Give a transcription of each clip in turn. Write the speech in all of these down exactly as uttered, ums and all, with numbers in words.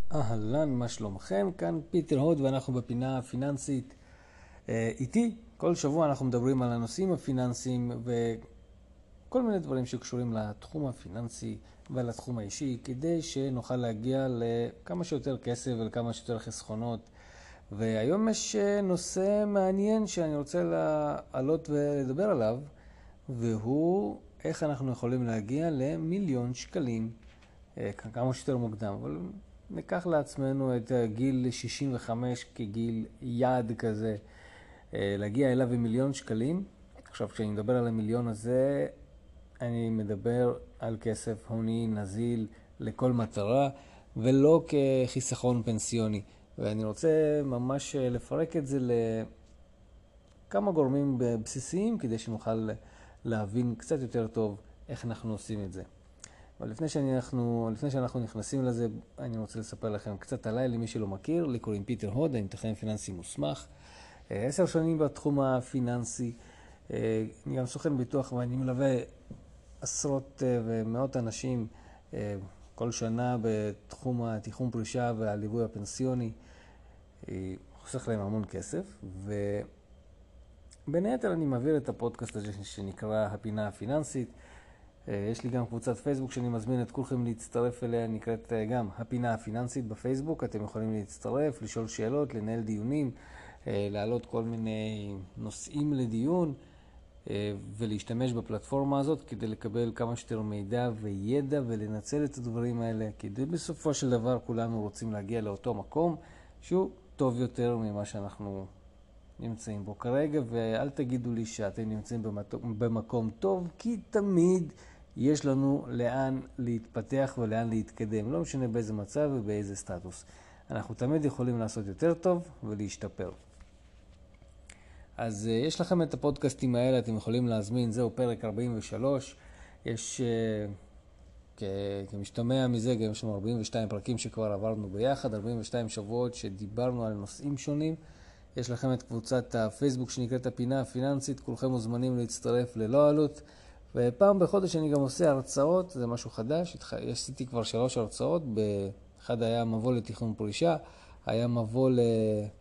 אהלן, מה שלומכם? כאן פיטר הוד ואנחנו בפינה הפיננסית איתי. כל שבוע אנחנו מדברים על הנושאים הפיננסיים וכל מיני דברים שקשורים לתחום הפיננסי ולתחום האישי, כדי שנוכל להגיע לכמה שיותר כסף ולכמה שיותר חסכונות. והיום יש נושא מעניין שאני רוצה לעלות ולדבר עליו, והוא איך אנחנו יכולים להגיע למיליון שקלים כמה שיותר מוקדם. אבל ניקח לעצמנו את גיל שישים וחמש כגיל יעד כזה, להגיע אליו במיליון שקלים. עכשיו, כשאני מדבר על המיליון הזה, אני מדבר על כסף הוני נזיל לכל מטרה, ולא כחיסכון פנסיוני. ואני רוצה ממש לפרק את זה לכמה גורמים בסיסיים, כדי שנוכל להבין קצת יותר טוב איך אנחנו עושים את זה. אבל לפני שאנחנו, לפני שאנחנו נכנסים לזה, אני רוצה לספר לכם קצת עליי, למי שלא מכיר. לי קוראים פיטר הוד, אני מתכנן פיננסי מוסמך. עשר שנים בתחום הפיננסי. אני גם סוכן ביטוח ואני מלווה עשרות ומאות אנשים כל שנה בתחום התיחום פרישה והליווי הפנסיוני. חוסך להם המון כסף, ובין היתר אני מעביר את הפודקאסט הזה שנקרא הפינה הפיננסית. יש לי גם קבוצת פייסבוק שאני מזמין את כולכם להצטרף אליה, נקראת גם הפינה הפיננסית בפייסבוק. אתם יכולים להצטרף, לשאול שאלות, לנהל דיונים, להעלות כל מיני נושאים לדיון ולהשתמש בפלטפורמה הזאת כדי לקבל כמה שיותר מידע וידע ולנצל את הדברים האלה, כדי בסופו של דבר כולנו רוצים להגיע לאותו מקום שהוא טוב יותר ממה שאנחנו נמצאים בו כרגע. ואל תגידו לי שאתם נמצאים במקום טוב, כי תמיד יש לנו לאן להתפתח ולאן להתקדם, לא משנה באיזה מצב ובאיזה סטטוס. אנחנו תמיד יכולים לעשות יותר טוב ולהשתפר. אז uh, יש לכם את הפודקאסטים האלה, אתם יכולים להזמין, זהו פרק ארבעים ושלוש. יש uh, כמשתמע מזה, גם יש לנו ארבעים ושתיים פרקים שכבר עברנו ביחד, ארבעים ושתיים שבועות שדיברנו על נושאים שונים. יש לכם את קבוצת הפייסבוק שנקראת הפינה הפיננסית, כולכם מוזמנים להצטרף ללא עלות. ופעם בחודש אני גם עושה הרצאות, זה משהו חדש. עשיתי כבר שלוש הרצאות, באחד היה מבוא לתכנון פרישה, היה מבוא ל...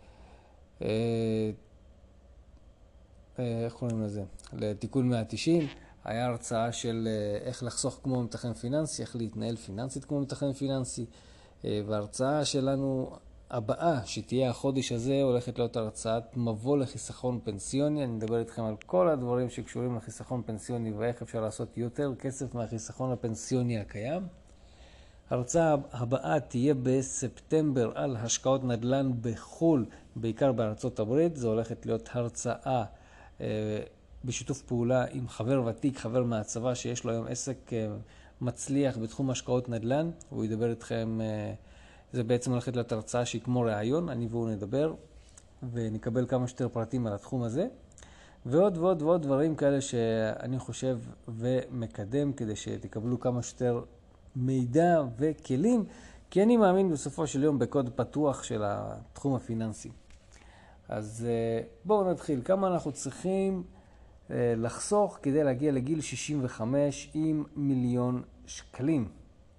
איך קוראים לזה? לתיקון מאה תשעים, היה הרצאה של איך לחסוך כמו מתכנן פיננסי, איך להתנהל פיננסית כמו מתכנן פיננסי, וההרצאה שלנו הבאה, שתהיה החודש הזה, הולכת להיות הרצאת מבוא לחיסכון פנסיוני. אני מדבר איתכם על כל הדברים שקשורים לחיסכון פנסיוני ואיך אפשר לעשות יותר כסף מהחיסכון הפנסיוני הקיים. ההרצאה הבאה תהיה בספטמבר על השקעות נדל"ן בחול, בעיקר בארצות הברית. זו הולכת להיות הרצאה אה, בשיתוף פעולה עם חבר ותיק, חבר מהצבא שיש לו היום עסק אה, מצליח בתחום השקעות נדל"ן. הוא ידבר איתכם, אה, זה בעצם הולכת להיות הרצאה שהיא כמו ראיון, אני והוא נדבר ונקבל כמה שיותר פרטים על התחום הזה. ועוד ועוד ועוד דברים כאלה שאני חושב ומקדם כדי שתקבלו כמה שיותר מידע וכלים, כי אני מאמין בסופו של יום בקוד פתוח של התחום הפיננסי. אז בואו נתחיל. כמה אנחנו צריכים לחסוך כדי להגיע לגיל שישים וחמש עם מיליון שקלים?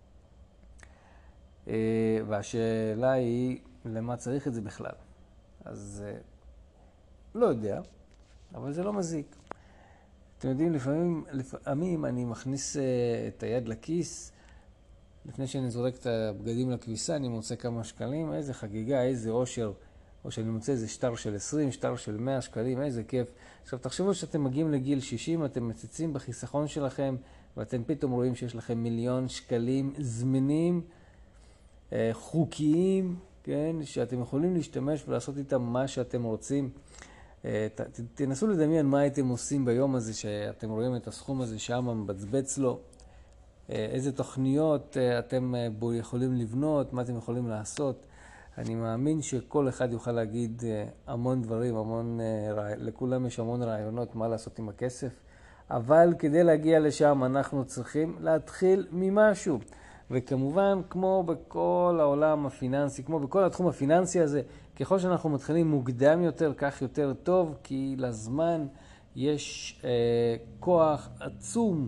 והשאלה היא, למה צריך את זה בכלל? אז לא יודע, אבל זה לא מזיק. אתם יודעים, לפעמים, לפעמים אני מכניס את היד לכיס, לפני שאני זורק את הבגדים לכביסה, אני מוצא כמה שקלים, איזה חגיגה, איזה אושר, או שאני מוצא איזה שטר של עשרים, שטר של מאה שקלים, איזה כיף. עכשיו, תחשבו שאתם מגיעים לגיל שישים, אתם מציצים בחיסכון שלכם, ואתם פתאום רואים שיש לכם מיליון שקלים זמינים, חוקיים, כן, שאתם יכולים להשתמש ולעשות איתם מה שאתם רוצים. ת, תנסו לדמיין מה הייתם עושים ביום הזה שאתם רואים את הסכום הזה שם מבצבץ לו. איזה תוכניות אתם יכולים לבנות, מה אתם יכולים לעשות. אני מאמין שכל אחד יוכל להגיד המון דברים, המון, לכולם יש המון רעיונות מה לעשות עם הכסף. אבל כדי להגיע לשם אנחנו צריכים להתחיל ממשהו. וכמובן, כמו בכל העולם הפיננסי, כמו בכל התחום הפיננסי הזה, ככל שאנחנו מתחילים מוקדם יותר, כך יותר טוב, כי לזמן יש אה, כוח עצום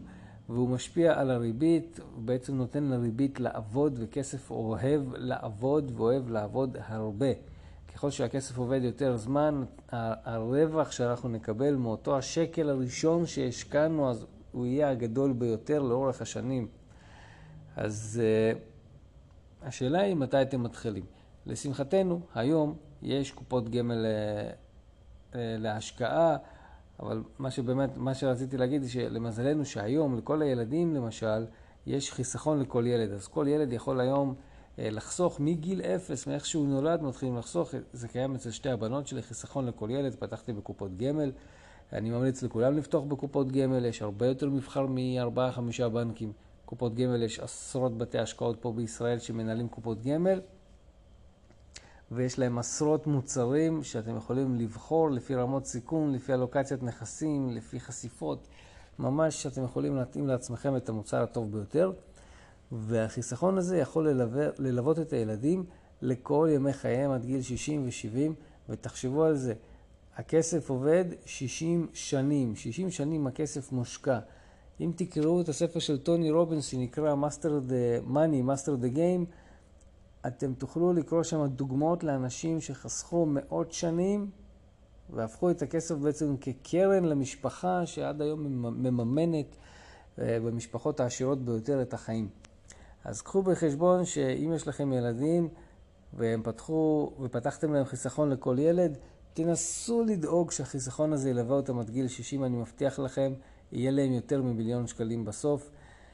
והוא משפיע על הריבית, הוא בעצם נותן לריבית לעבוד, וכסף אוהב לעבוד ואוהב לעבוד הרבה. ככל שהכסף עובד יותר זמן, הרווח שאנחנו נקבל מאותו השקל הראשון שהשקענו, אז הוא יהיה הגדול ביותר לאורך השנים. אז uh, השאלה היא מתי אתם מתחילים. לשמחתנו, היום יש קופות גמל uh, uh, להשקעה, אבל מה שבאמת, מה שרציתי להגיד זה שלמזלנו שהיום לכל הילדים למשל, יש חיסכון לכל ילד. אז כל ילד יכול היום לחסוך מגיל אפס, מאיך שהוא נולד מתחילים לחסוך. זה קיים אצל שתי הבנות שלי, חיסכון לכל ילד, פתחתי בקופות גמל. אני ממליץ לכולם לפתוח בקופות גמל, יש הרבה יותר מבחר מארבעה חמישה בנקים. קופות גמל, יש עשרות בתי השקעות פה בישראל שמנהלים קופות גמל, ויש להם עשרות מוצרים שאתם יכולים לבחור לפי רמות סיכון, לפי אלוקציית נכסים, לפי חשיפות. ממש שאתם יכולים להתאים לעצמכם את המוצר הטוב ביותר. והחיסכון הזה יכול ללווה, ללוות את הילדים לכל ימי חייהם עד גיל שישים ו-שבעים, ותחשבו על זה. הכסף עובד שישים שנים, שישים שנים הכסף מושקע. אם תקראו את הספר של טוני רובינס שנקרא Master the Money, Master the Game, אתם תוכלו לקרוא שם דוגמאות לאנשים שחסכו מאות שנים, והפכו את הכסף בעצם כקרן למשפחה שעד היום מממנת במשפחות העשירות ביותר את החיים. אז קחו בחשבון שאם יש לכם ילדים והם פתחו ופתחתם להם חיסכון לכל ילד, תנסו לדאוג שהחיסכון הזה ילווה אותם עד גיל שישים, אני מבטיח לכם, יהיה להם יותר ממיליון שקלים בסוף.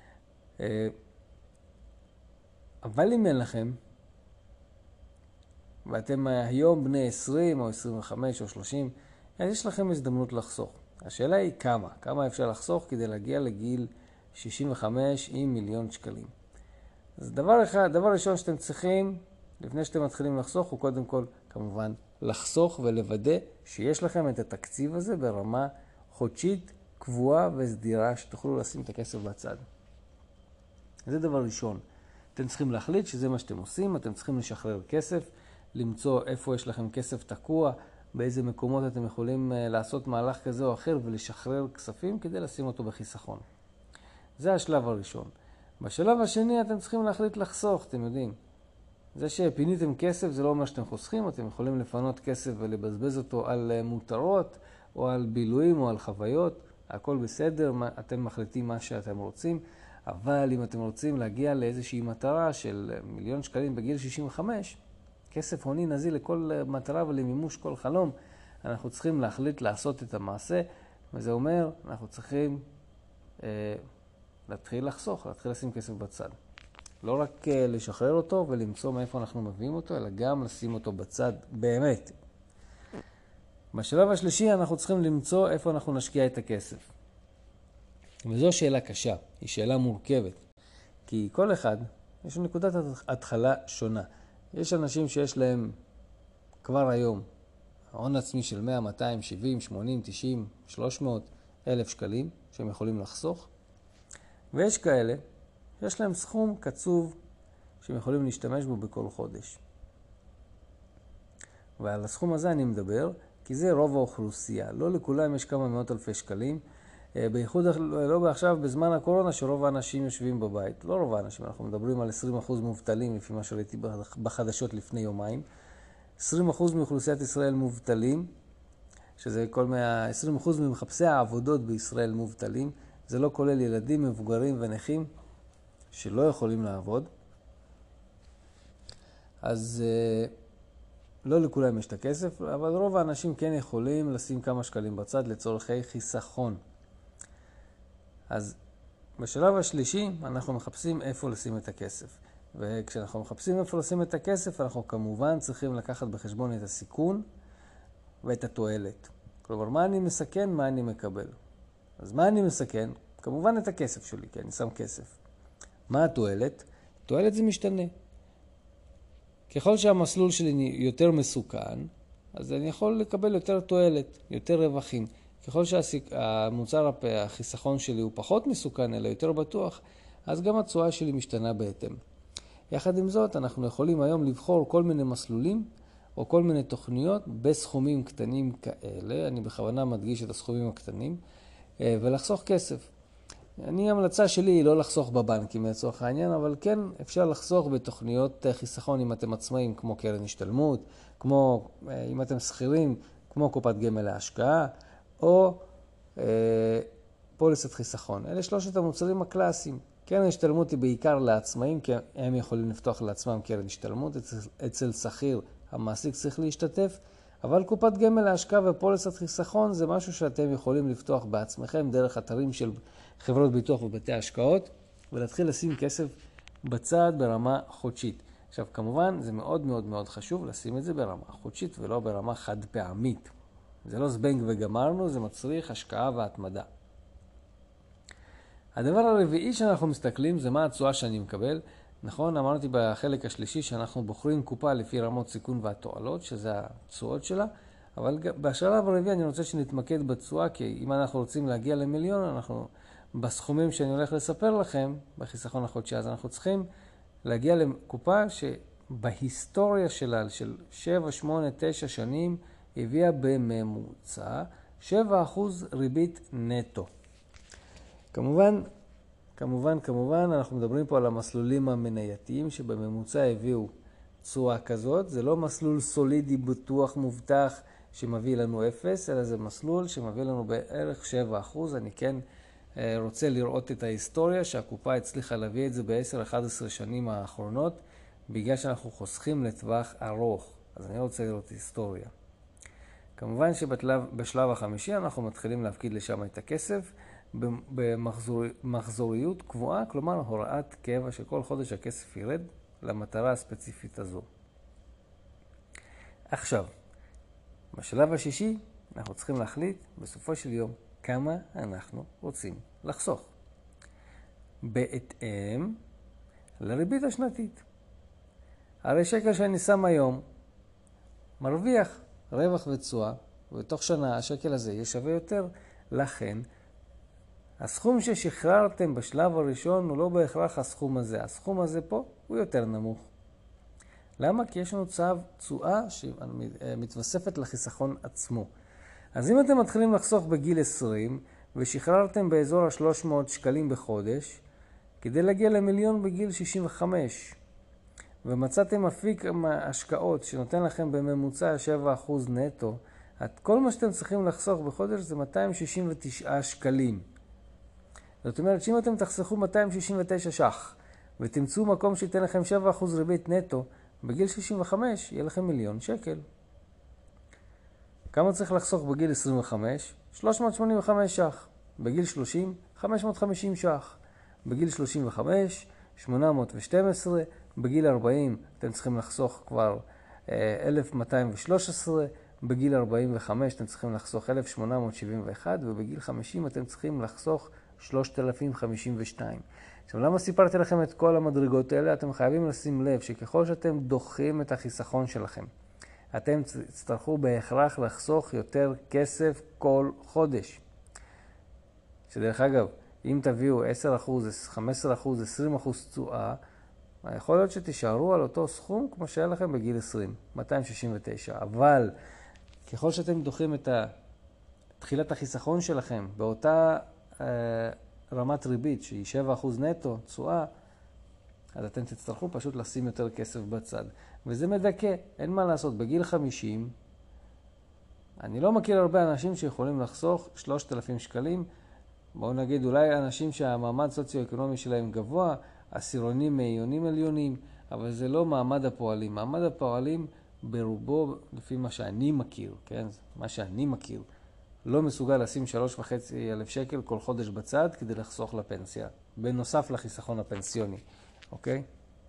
אבל אם אין לכם, ואתם היום בני עשרים או עשרים וחמש או שלושים, אז יש לכם הזדמנות לחסוך. השאלה היא כמה, כמה אפשר לחסוך כדי להגיע לגיל שישים וחמש עם מיליון שקלים. אז דבר אחד, דבר ראשון שאתם צריכים, לפני שאתם מתחילים לחסוך, הוא קודם כל, כמובן, לחסוך ולוודא שיש לכם את התקציב הזה ברמה חודשית, קבועה וסדירה, שתוכלו לשים את הכסף בצד. זה דבר ראשון. אתם צריכים להחליט שזה מה שאתם עושים, אתם צריכים לשחרר כסף, למצוא איפה יש לכם כסף תקוע, באיזה מקומות אתם יכולים לעשות מהלך כזה או אחר ולשחרר כספים כדי לשים אותו בחיסכון. זה השלב הראשון. בשלב השני אתם צריכים להחליט לחסוך, אתם יודעים. זה שפיניתם כסף זה לא אומר שאתם חוסכים, אתם יכולים לפנות כסף ולבזבז אותו על מותרות או על בילויים או על חוויות, הכל בסדר, אתם מחליטים מה שאתם רוצים, אבל אם אתם רוצים להגיע לאיזושהי מטרה של מיליון שקלים בגיל שישים וחמש, כסף הוני נזיל לכל מטרה ולמימוש כל חלום, אנחנו צריכים להחליט לעשות את המעשה, וזה אומר, אנחנו צריכים אה, להתחיל לחסוך, להתחיל לשים כסף בצד. לא רק אה, לשחרר אותו ולמצוא מאיפה אנחנו מביאים אותו, אלא גם לשים אותו בצד באמת. בשלב השלישי אנחנו צריכים למצוא איפה אנחנו נשקיע את הכסף. וזו שאלה קשה, היא שאלה מורכבת. כי כל אחד, יש נקודת התחלה שונה. יש אנשים שיש להם כבר היום הון עצמי של מאה, מאתיים, שבעים, שמונים, תשעים, שלוש מאות אלף שקלים שהם יכולים לחסוך. ויש כאלה שיש להם סכום קצוב שהם יכולים להשתמש בו בכל חודש. ועל הסכום הזה אני מדבר, כי זה רוב האוכלוסייה. לא לכולם יש כמה מאות אלפי שקלים. בייחוד לא בעכשיו בזמן הקורונה שרוב האנשים יושבים בבית. לא רוב האנשים, אנחנו מדברים על עשרים אחוז מובטלים לפי מה שראיתי בחדשות לפני יומיים. עשרים אחוז מאוכלוסיית ישראל מובטלים, שזה כל מה... עשרים אחוז ממחפשי העבודות בישראל מובטלים. זה לא כולל ילדים, מבוגרים ונכים שלא יכולים לעבוד. אז לא לכולם יש את הכסף, אבל רוב האנשים כן יכולים לשים כמה שקלים בצד לצורכי חיסכון. אז בשלב השלישי אנחנו מחפשים איפה לשים את הכסף. וכשאנחנו מחפשים איפה לשים את הכסף, אנחנו כמובן צריכים לקחת בחשבון את הסיכון ואת התועלת. כלומר, מה אני מסכן, מה אני מקבל. אז מה אני מסכן? כמובן את הכסף שלי, כי אני שם כסף. מה התועלת? תועלת זה משתנה. ככל שהמסלול שלי יותר מסוכן, אז אני יכול לקבל יותר תועלת, יותר רווחים. ככל שהמוצר החיסכון שלי הוא פחות מסוכן, אלא יותר בטוח, אז גם התשואה שלי משתנה בהתאם. יחד עם זאת, אנחנו יכולים היום לבחור כל מיני מסלולים, או כל מיני תוכניות בסכומים קטנים כאלה, אני בכוונה מדגיש את הסכומים הקטנים, ולחסוך כסף. אני, המלצה שלי היא לא לחסוך בבנקים לצורך העניין, אבל כן אפשר לחסוך בתוכניות חיסכון אם אתם עצמאים, כמו קרן השתלמות, כמו אם אתם שכירים, כמו קופת גמל להשקעה, או אה, פוליסת חיסכון. אלה שלושת המוצרים הקלאסיים. קרן השתלמות היא בעיקר לעצמאים, כי הם יכולים לפתוח לעצמם קרן השתלמות. אצל, אצל שכיר המעסיק צריך להשתתף, אבל קופת גמל להשקעה ופוליסת חיסכון זה משהו שאתם יכולים לפתוח בעצמכם דרך אתרים של חברות ביטוח ובתי השקעות, ולהתחיל לשים כסף בצד ברמה חודשית. עכשיו, כמובן, זה מאוד מאוד מאוד חשוב לשים את זה ברמה חודשית ולא ברמה חד פעמית. זה לא זבנג וגמרנו, זה מצריך השקעה והתמדה. הדבר הרביעי שאנחנו מסתכלים זה מה התשואה שאני מקבל. נכון, אמרתי בחלק השלישי שאנחנו בוחרים קופה לפי רמות סיכון והתועלות, שזה התשואות שלה, אבל בשלב הרביעי אני רוצה שנתמקד בתשואה, כי אם אנחנו רוצים להגיע למיליון, אנחנו בסכומים שאני הולך לספר לכם, בחיסכון החודשי, אז אנחנו צריכים להגיע לקופה שבהיסטוריה שלה, של שבע, שמונה, תשע שנים, הביאה בממוצע שבע אחוז ריבית נטו. כמובן, כמובן, כמובן, אנחנו מדברים פה על המסלולים המנייתיים שבממוצע הביאו תשואה כזאת. זה לא מסלול סולידי, בטוח, מובטח, שמביא לנו אפס, אלא זה מסלול שמביא לנו בערך שבע אחוז. אני כן רוצה לראות את ההיסטוריה שהקופה הצליחה להביא את זה ב-עשר עד אחת עשרה שנים האחרונות, בגלל שאנחנו חוסכים לטווח ארוך. אז אני רוצה לראות היסטוריה. כמובן החמישי אנחנו מתחילים להפקיד לשם את הכסף במחזוריות קבועה, כלומר הוראת קבע שכל חודש הכסף ירד למטרה הספציפית הזו. עכשיו, בשלב השישי אנחנו צריכים להחליט בסופו של יום כמה אנחנו רוצים לחסוך. בהתאם לריבית השנתית. הרי שקל שאני שם היום מרוויח רווח ותשואה, ובתוך שנה השקל הזה יהיה שווה יותר, לכן הסכום ששחררתם בשלב הראשון הוא לא בהכרח הסכום הזה. הסכום הזה פה הוא יותר נמוך. למה? כי יש לנו תשואה שמתווספת לחיסכון עצמו. אז אם אתם מתחילים לחסוך בגיל עשרים ושחררתם באזור ה-שלוש מאות שקלים בחודש, כדי להגיע למיליון בגיל שישים וחמש, ומצאתם אפיק השקעות שנותן לכם בממוצע שבע אחוז נטו, כל מה שאתם צריכים לחסוך בחודש זה מאתיים שישים ותשעה שקלים. זאת אומרת שאם אתם תחסכו מאתיים שישים ותשעה ש"ח ותמצאו מקום שייתן לכם שבע אחוז ריבית נטו, בגיל שישים וחמש יהיה לכם מיליון שקל. כמה צריך לחסוך בגיל עשרים וחמש? שלוש מאות שמונים וחמש ש"ח. בגיל שלושים, חמש מאות וחמישים ש"ח. בגיל שלושים וחמש, שמונה מאות ושתים עשרה. בגיל ארבעים אתם צריכים לחסוך כבר אלף מאתיים ושלוש עשרה. בגיל ארבעים וחמש אתם צריכים לחסוך אלף שמונה מאות שבעים ואחת, ובגיל חמישים אתם צריכים לחסוך שלושת אלפים וחמישים ושתיים. עכשיו, למה סיפרתי לכם את כל המדרגות האלה? אתם חייבים לשים לב שככל שאתם דוחים את החיסכון שלכם, אתם תצטרכו בהכרח לחסוך יותר כסף כל חודש. שדרך אגב, אם תביאו עשרה אחוז, חמישה עשר אחוז, עשרים אחוז תשואה, יכול להיות שתישארו על אותו סכום כמו שהיה לכם בגיל עשרים, מאתיים שישים ותשע. אבל ככל שאתם דוחים את תחילת החיסכון שלכם באותה אה, רמת ריבית שהיא שבע אחוז נטו, תשואה, אז אתם תצטרכו פשוט לשים יותר כסף בצד. וזה מדכא, אין מה לעשות. בגיל חמישים, אני לא מכיר הרבה אנשים שיכולים לחסוך שלושת אלפים שקלים. בואו נגיד, אולי אנשים שהמעמד סוציו-אקונומי שלהם גבוה, עשירונים, מאיונים עליונים, אבל זה לא מעמד הפועלים. מעמד הפועלים ברובו, לפי מה שאני מכיר, כן? מה שאני מכיר, לא מסוגל לשים שלוש וחצי אלף שקל כל חודש בצד כדי לחסוך לפנסיה, בנוסף לחיסכון הפנסיוני, אוקיי?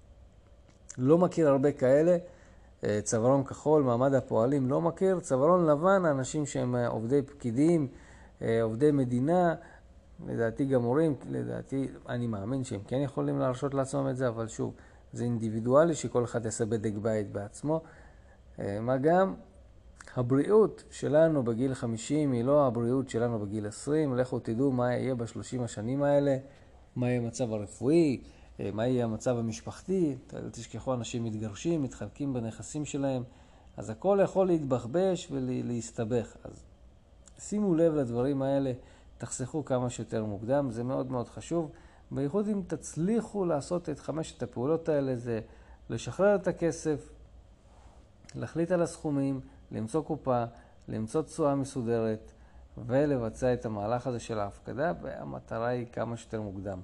לא מכיר הרבה כאלה. צווארון כחול, מעמד הפועלים לא מכיר. צווארון לבן, אנשים שהם עובדי פקידים, עובדי מדינה, לדעתי גם הורים, לדעתי, אני מאמין שהם כן יכולים להרשות לעצמם את זה, אבל שוב, זה אינדיבידואלי שכל אחד יעשה בדק בית בעצמו. מה גם, הבריאות שלנו בגיל חמישים היא לא הבריאות שלנו בגיל עשרים. לכו תדעו מה יהיה בשלושים השנים האלה, מה יהיה המצב הרפואי, מה יהיה המצב המשפחתי. תשכחו, אנשים מתגרשים, מתחלקים בנכסים שלהם, אז הכל יכול להתבחבש ולהסתבך. אז שימו לב לדברים האלה תחסכו כמה שיותר מוקדם, זה מאוד מאוד חשוב. בייחוד אם תצליחו לעשות את חמשת הפעולות האלה, זה לשחרר את הכסף, להחליט על הסכומים, למצוא קופה, למצוא תשואה מסודרת, ולבצע את המהלך הזה של ההפקדה, והמטרה היא כמה שיותר מוקדם.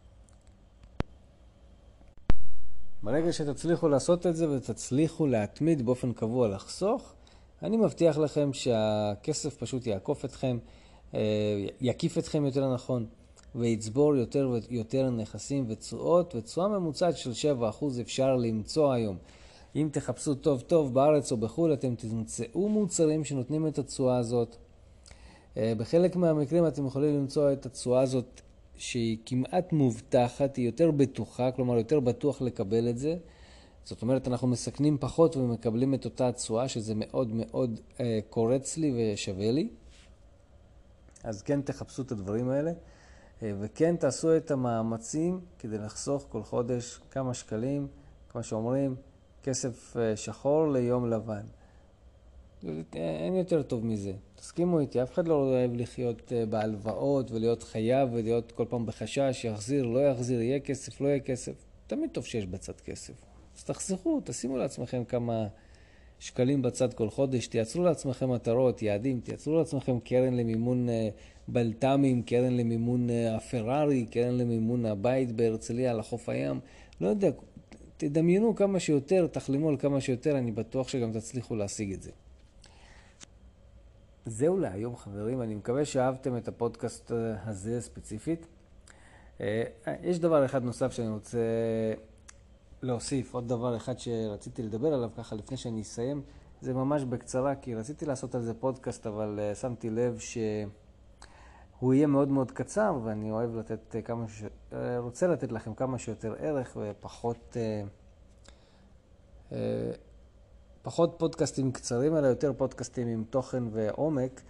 ברגע שתצליחו לעשות את זה ותצליחו להתמיד באופן קבוע לחסוך, אני מבטיח לכם שהכסף פשוט יעקוף אתכם, יקיף אתכם יותר נכון, ויצבור יותר ויותר נכסים ותשואות, ותשואה ממוצעת של שבעה אחוז אפשר למצוא היום. אם תחפשו טוב טוב בארץ או בחו"ל, אתם תמצאו מוצרים שנותנים את התשואה הזאת. בחלק מהמקרים אתם יכולים למצוא את התשואה הזאת שהיא כמעט מובטחת, היא יותר בטוחה, כלומר יותר בטוח לקבל את זה. זאת אומרת, אנחנו מסכנים פחות ומקבלים את אותה התשואה, שזה מאוד מאוד אה, קורץ לי ושווה לי. אז כן תחפשו את הדברים האלה, אה, וכן תעשו את המאמצים כדי לחסוך כל חודש כמה שקלים, כמו שאומרים, כסף אה, שחור ליום לבן. אין יותר טוב מזה. תסכימו איתי, אף אחד לא אוהב לחיות בהלוואות ולהיות חייב ולהיות כל פעם בחשש, יחזיר, לא יחזיר, יהיה כסף, לא יהיה כסף. תמיד טוב שיש בצד כסף. אז תחסכו, תשימו לעצמכם כמה שקלים בצד כל חודש, תייצרו לעצמכם מטרות, יעדים, תייצרו לעצמכם קרן למימון בלת"מים, קרן למימון הפרארי, קרן למימון הבית בהרצליה על החוף הים. לא יודע, תדמיינו כמה שיותר, תחלימו על כמה שיותר, אני בטוח שגם תצליחו להשיג את זה. זהו להיום חברים, אני מקווה שאהבתם את הפודקאסט הזה ספציפית. יש דבר אחד נוסף שאני רוצה להוסיף, עוד דבר אחד שרציתי לדבר עליו ככה לפני שאני אסיים, זה ממש בקצרה, כי רציתי לעשות על זה פודקאסט, אבל שמתי לב שהוא יהיה מאוד מאוד קצר, ואני אוהב לתת כמה ש... רוצה לתת לכם כמה שיותר ערך ופחות... פחות פודקאסטים קצרים, אלא יותר פודקאסטים עם תוכן ועומק,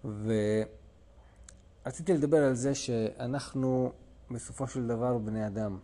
ורציתי לדבר על זה שאנחנו בסופו של דבר בני אדם.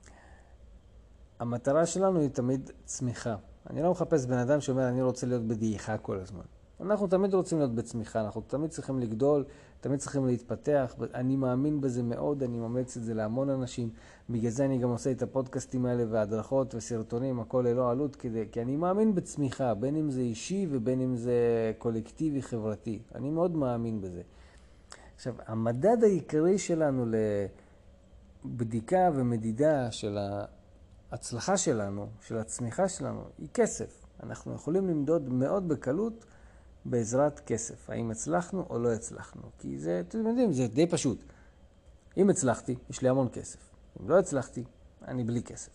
המטרה שלנו היא תמיד צמיחה. אני לא מחפש בן אדם שאומר אני רוצה להיות בדעיכה כל הזמן. אנחנו תמיד רוצים להיות בצמיחה, אנחנו תמיד צריכים לגדול, תמיד צריכים להתפתח. אני מאמין בזה מאוד, אני ממליץ את זה להמון אנשים. בגלל זה אני גם עושה את הפודקאסטים האלה והדרכות וסרטונים, הכל ללא עלות, כדי, כי אני מאמין בצמיחה, בין אם זה אישי ובין אם זה קולקטיבי חברתי. אני מאוד מאמין בזה. עכשיו, המדד העיקרי שלנו לבדיקה ומדידה של ההצלחה שלנו, של הצמיחה שלנו, היא כסף. אנחנו יכולים למדוד מאוד בקלות בעזרת כסף. האם הצלחנו או לא הצלחנו. כי זה, אתם יודעים, זה די פשוט. אם הצלחתי, יש לי המון כסף. אם לא הצלחתי, אני בלי כסף.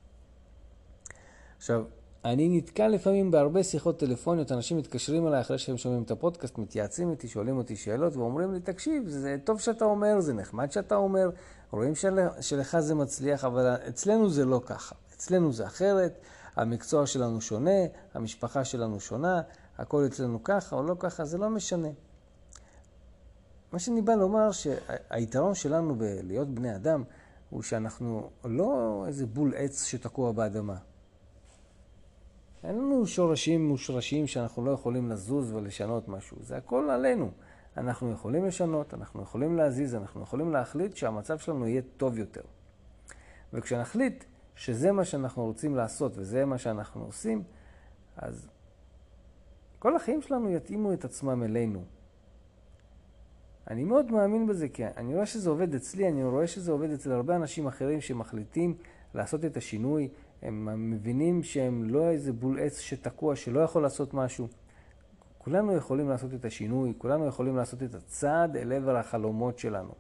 עכשיו, אני נתקע לפעמים בהרבה שיחות טלפוניות, אנשים מתקשרים אליי אחרי שהם שומעים את הפודקאסט, מתייעצים איתי, שואלים אותי שאלות ואומרים לי, תקשיב, זה טוב שאתה אומר, זה נחמד שאתה אומר, רואים של, שלך זה מצליח, אבל אצלנו זה לא ככה. אצלנו זה אחרת, המקצוע שלנו שונה, המשפחה שלנו שונה, הכל אצלנו ככה או לא ככה, זה לא משנה. מה שאני בא לומר שהיתרון שלנו בלהיות בני אדם הוא שאנחנו לא איזה בול עץ שתקוע באדמה. אין לנו שורשים מושרשים שאנחנו לא יכולים לזוז ולשנות משהו. זה הכל עלינו. אנחנו יכולים לשנות, אנחנו יכולים להזיז, אנחנו יכולים להחליט שהמצב שלנו יהיה טוב יותר. וכשנחליט שזה מה שאנחנו רוצים לעשות וזה מה שאנחנו עושים, אז כל החיים שלנו יתאימו את עצמם אלינו. אני מאוד מאמין בזה, כי אני רואה שזה עובד אצלי, אני רואה שזה עובד אצל הרבה אנשים אחרים שמחליטים לעשות את השינוי, הם מבינים שהם לא איזה בול עץ שתקוע, שלא יכול לעשות משהו. כולנו יכולים לעשות את השינוי, כולנו יכולים לעשות את הצעד אל עבר החלומות שלנו.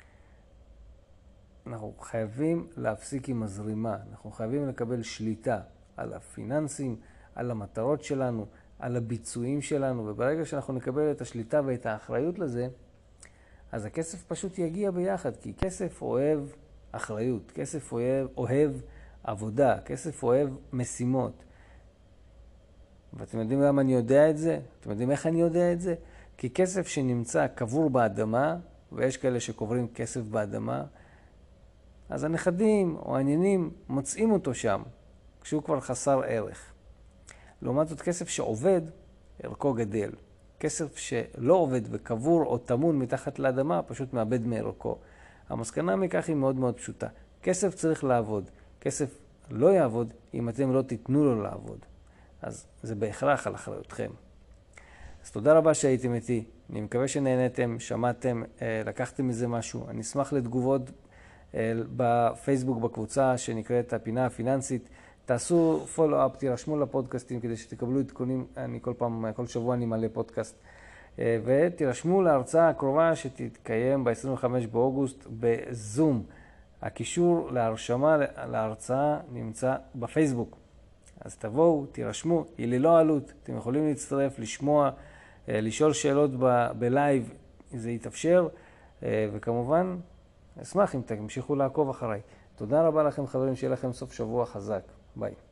אנחנו חייבים להפסיק עם הזרימה, אנחנו חייבים לקבל שליטה על הפיננסים, על המטרות שלנו, על הביצועים שלנו, וברגע שאנחנו נקבל את השליטה ואת האחריות לזה, אז הכסף פשוט יגיע ביחד, כי כסף אוהב אחריות, כסף אוהב, אוהב עבודה, כסף אוהב משימות. ואתם יודעים למה אני יודע את זה? אתם יודעים איך אני יודע את זה? כי כסף שנמצא קבור באדמה, ויש כאלה שקוברים כסף באדמה, אז הנכדים או העניינים מוצאים אותו שם, כשהוא כבר חסר ערך. לעומת זאת כסף שעובד, ערכו גדל. כסף שלא עובד וקבור או תמון מתחת לאדמה, פשוט מאבד מערכו. המסקנה מכך היא מאוד מאוד פשוטה. כסף צריך לעבוד. כסף לא יעבוד אם אתם לא תיתנו לו לעבוד. אז זה בהכרח על אחריותכם. אז תודה רבה שהייתם איתי. אני מקווה שנהנתם, שמעתם, לקחתם מזה משהו. אני אשמח לתגובות בפייסבוק בקבוצה שנקראת הפינה הפיננסית. תעשו פולו-אפ, תירשמו לפודקאסטים כדי שתקבלו עדכונים. אני כל פעם, כל שבוע אני מעלה פודקאסט. ותירשמו להרצאה הקרובה שתתקיים ב-עשרים וחמישה באוגוסט בזום. הקישור להרשמה להרצאה נמצא בפייסבוק. אז תבואו, תירשמו, היא ללא עלות. אתם יכולים להצטרף, לשמוע, לשאול שאלות בלייב, זה יתאפשר. וכמובן, אשמח אם תמשיכו לעקוב אחריי. תודה רבה לכם חברים, שיהיה לכם סוף שבוע חזק. ביי.